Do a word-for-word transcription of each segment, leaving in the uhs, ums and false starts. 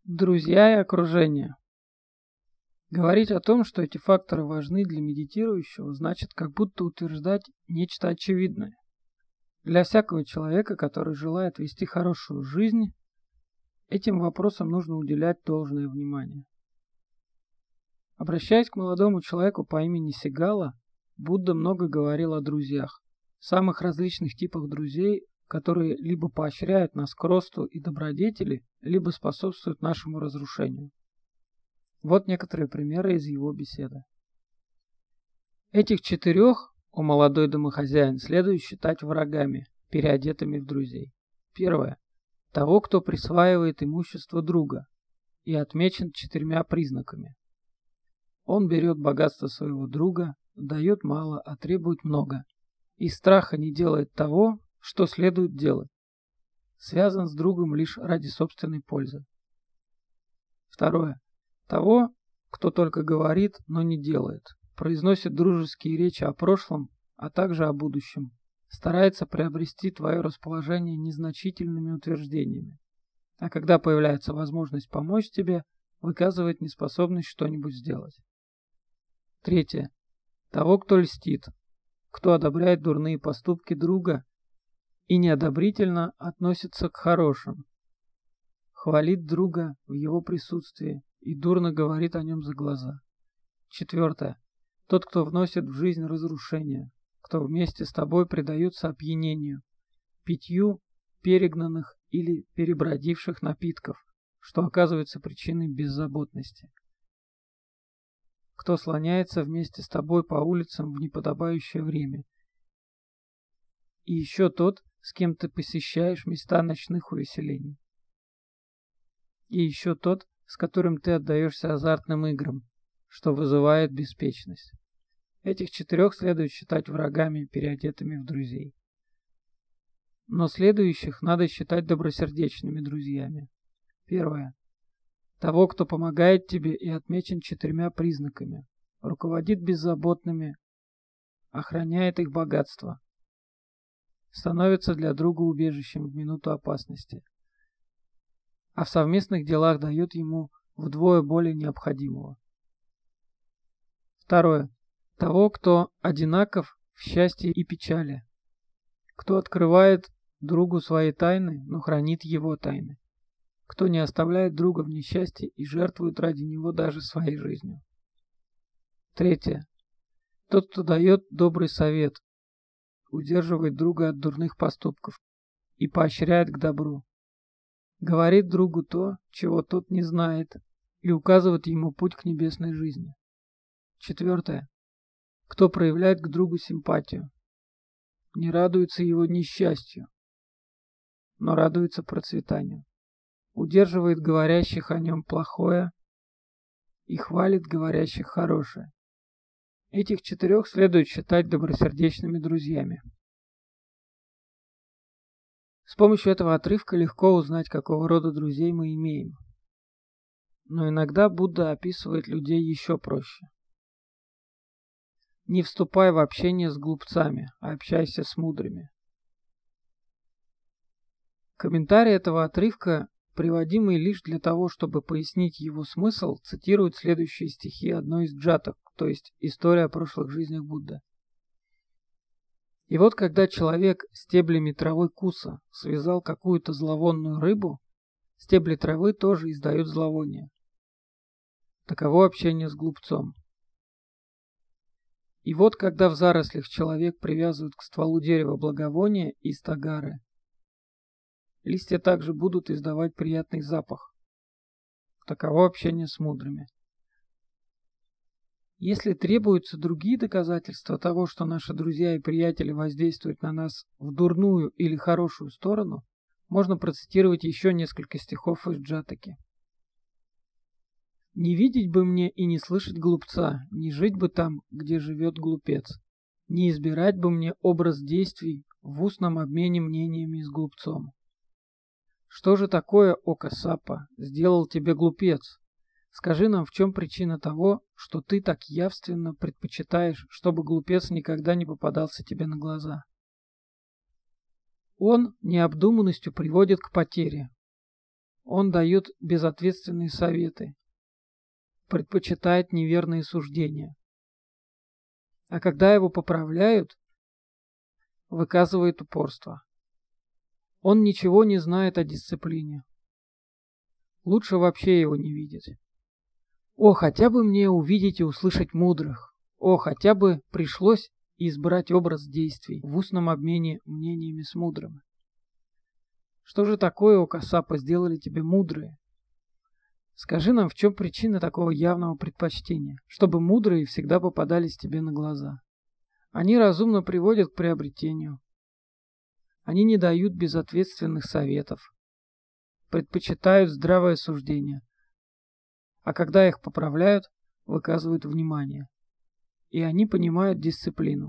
Друзья и окружение. Говорить о том, что эти факторы важны для медитирующего, значит как будто утверждать нечто очевидное. Для всякого человека, который желает вести хорошую жизнь, этим вопросам нужно уделять должное внимание. Обращаясь к молодому человеку по имени Сигала, Будда много говорил о друзьях, самых различных типах друзей, которые либо поощряют нас к росту и добродетели, либо способствуют нашему разрушению. Вот некоторые примеры из его беседы. Этих четырех, о молодой домохозяин, следует считать врагами, переодетыми в друзей. Первое. Того, кто присваивает имущество друга и отмечен четырьмя признаками. Он берет богатство своего друга, дает мало, а требует много. Из страха не делает того, что следует делать. Связан с другом лишь ради собственной пользы. Второе. Того, кто только говорит, но не делает. Произносит дружеские речи о прошлом, а также о будущем. Старается приобрести твое расположение незначительными утверждениями. А когда появляется возможность помочь тебе, выказывает неспособность что-нибудь сделать. Третье. Того, кто льстит, кто одобряет дурные поступки друга и неодобрительно относится к хорошим, хвалит друга в его присутствии и дурно говорит о нем за глаза. Четвертое. Тот, кто вносит в жизнь разрушение, кто вместе с тобой предается опьянению, питью перегнанных или перебродивших напитков, что оказывается причиной беззаботности. Кто слоняется вместе с тобой по улицам в неподобающее время. И еще тот, с кем ты посещаешь места ночных увеселений. И еще тот, с которым ты отдаешься азартным играм, что вызывает беспечность. Этих четырех следует считать врагами, переодетыми в друзей. Но следующих надо считать добросердечными друзьями. Первое. Того, кто помогает тебе и отмечен четырьмя признаками, руководит беззаботными, охраняет их богатство, становится для друга убежищем в минуту опасности, а в совместных делах дает ему вдвое более необходимого. Второе. Того, кто одинаков в счастье и печали, кто открывает другу свои тайны, но хранит его тайны, кто не оставляет друга в несчастье и жертвует ради него даже своей жизнью. Третье. Тот, кто дает добрый совет, удерживает друга от дурных поступков и поощряет к добру, говорит другу то, чего тот не знает, и указывает ему путь к небесной жизни. Четвертое. Кто проявляет к другу симпатию, не радуется его несчастью, но радуется процветанию, удерживает говорящих о нем плохое и хвалит говорящих хорошее. Этих четырех следует считать добросердечными друзьями. С помощью этого отрывка легко узнать, какого рода друзей мы имеем. Но иногда Будда описывает людей еще проще. Не вступай в общение с глупцами, а общайся с мудрыми. Комментарий этого отрывка, приводимый лишь для того, чтобы пояснить его смысл, цитирует следующие стихи одной из джатак, то есть история о прошлых жизнях Будды. И вот когда человек стеблями травы куса связал какую-то зловонную рыбу, стебли травы тоже издают зловоние. Таково общение с глупцом. И вот когда в зарослях человек привязывает к стволу дерева благовония из тагары, листья также будут издавать приятный запах. Таково общение с мудрыми. Если требуются другие доказательства того, что наши друзья и приятели воздействуют на нас в дурную или хорошую сторону, можно процитировать еще несколько стихов из джатаки. «Не видеть бы мне и не слышать глупца, не жить бы там, где живет глупец, не избирать бы мне образ действий в устном обмене мнениями с глупцом. Что же такое, о Кассапа, сделал тебе глупец? Скажи нам, в чем причина того, что ты так явственно предпочитаешь, чтобы глупец никогда не попадался тебе на глаза? Он необдуманностью приводит к потере. Он дает безответственные советы, предпочитает неверные суждения. А когда его поправляют, выказывает упорство. Он ничего не знает о дисциплине. Лучше вообще его не видеть. О, хотя бы мне увидеть и услышать мудрых. О, хотя бы пришлось избрать образ действий в устном обмене мнениями с мудрым. Что же такое, о Кассапа, сделали тебе мудрые? Скажи нам, в чем причина такого явного предпочтения, чтобы мудрые всегда попадались тебе на глаза? Они разумно приводят к приобретению. Они не дают безответственных советов, предпочитают здравое суждение, а когда их поправляют, выказывают внимание. И они понимают дисциплину.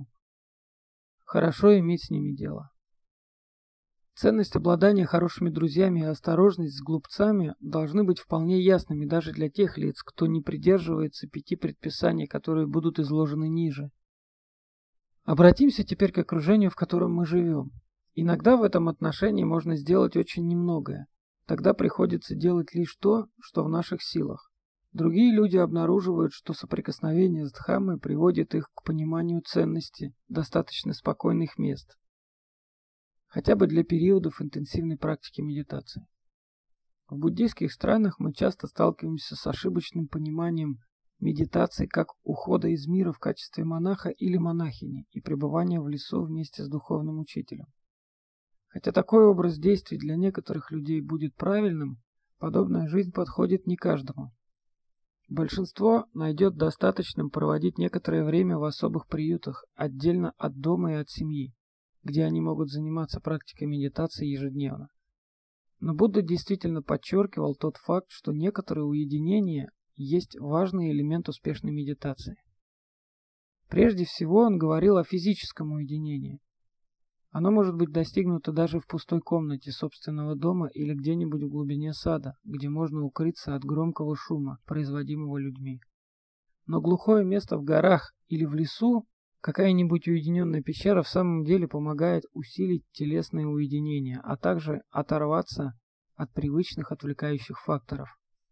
Хорошо иметь с ними дело. Ценность обладания хорошими друзьями и осторожность с глупцами должны быть вполне ясными даже для тех лиц, кто не придерживается пяти предписаний, которые будут изложены ниже. Обратимся теперь к окружению, в котором мы живем. Иногда в этом отношении можно сделать очень немногое. Тогда приходится делать лишь то, что в наших силах. Другие люди обнаруживают, что соприкосновение с Дхаммой приводит их к пониманию ценности достаточно спокойных мест, хотя бы для периодов интенсивной практики медитации. В буддийских странах мы часто сталкиваемся с ошибочным пониманием медитации как ухода из мира в качестве монаха или монахини и пребывания в лесу вместе с духовным учителем. Хотя такой образ действий для некоторых людей будет правильным, подобная жизнь подходит не каждому. Большинство найдет достаточным проводить некоторое время в особых приютах, отдельно от дома и от семьи, где они могут заниматься практикой медитации ежедневно. Но Будда действительно подчеркивал тот факт, что некоторое уединение есть важный элемент успешной медитации. Прежде всего он говорил о физическом уединении. Оно может быть достигнуто даже в пустой комнате собственного дома или где-нибудь в глубине сада, где можно укрыться от громкого шума, производимого людьми. Но глухое место в горах или в лесу, какая-нибудь уединенная пещера в самом деле помогает усилить телесное уединение, а также оторваться от привычных отвлекающих факторов.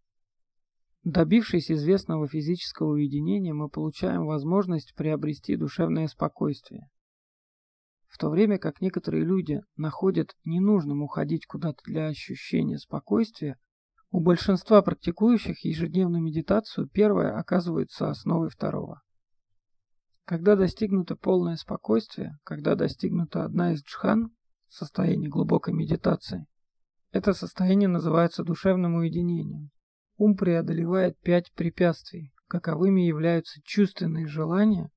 Добившись известного физического уединения, мы получаем возможность приобрести душевное спокойствие. В то время как некоторые люди находят ненужным уходить куда-то для ощущения спокойствия, у большинства практикующих ежедневную медитацию первое оказывается основой второго. Когда достигнуто полное спокойствие, когда достигнута одна из джхан, состояние глубокой медитации, это состояние называется душевным уединением. Ум преодолевает пять препятствий, каковыми являются чувственные желания,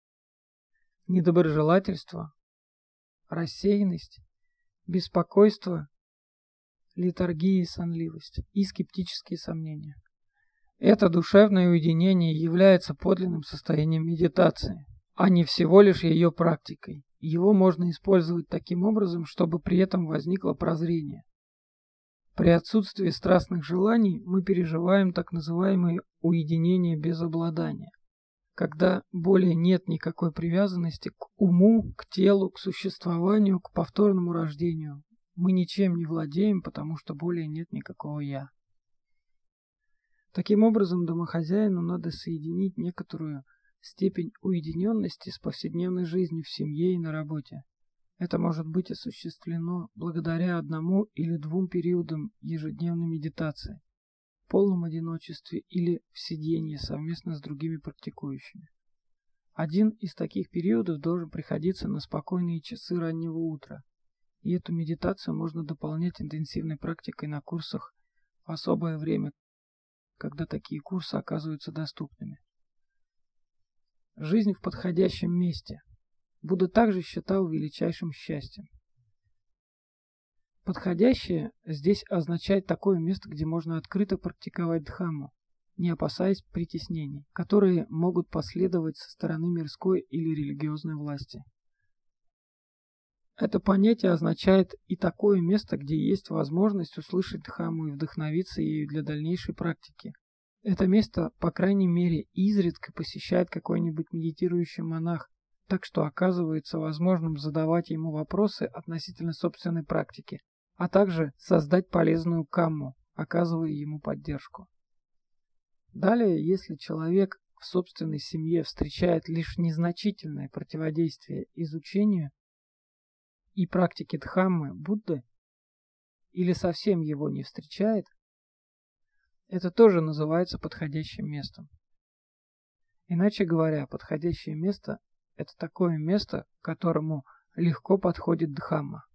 недоброжелательство, рассеянность, беспокойство, летаргия и сонливость и скептические сомнения. Это душевное уединение является подлинным состоянием медитации, а не всего лишь ее практикой. Его можно использовать таким образом, чтобы при этом возникло прозрение. При отсутствии страстных желаний мы переживаем так называемое уединение без обладания, когда более нет никакой привязанности к уму, к телу, к существованию, к повторному рождению. Мы ничем не владеем, потому что более нет никакого «я». Таким образом, домохозяину надо соединить некоторую степень уединенности с повседневной жизнью в семье и на работе. Это может быть осуществлено благодаря одному или двум периодам ежедневной медитации, в полном одиночестве или в сидении совместно с другими практикующими. Один из таких периодов должен приходиться на спокойные часы раннего утра, и эту медитацию можно дополнять интенсивной практикой на курсах в особое время, когда такие курсы оказываются доступными. Жизнь в подходящем месте Будда также считал величайшим счастьем. Подходящее здесь означает такое место, где можно открыто практиковать дхамму, не опасаясь притеснений, которые могут последовать со стороны мирской или религиозной власти. Это понятие означает и такое место, где есть возможность услышать дхамму и вдохновиться ею для дальнейшей практики. Это место, по крайней мере, изредка посещает какой-нибудь медитирующий монах, так что оказывается возможным задавать ему вопросы относительно собственной практики, а также создать полезную камму, оказывая ему поддержку. Далее, если человек в собственной семье встречает лишь незначительное противодействие изучению и практике Дхаммы Будды, или совсем его не встречает, это тоже называется подходящим местом. Иначе говоря, подходящее место – это такое место, к которому легко подходит Дхамма.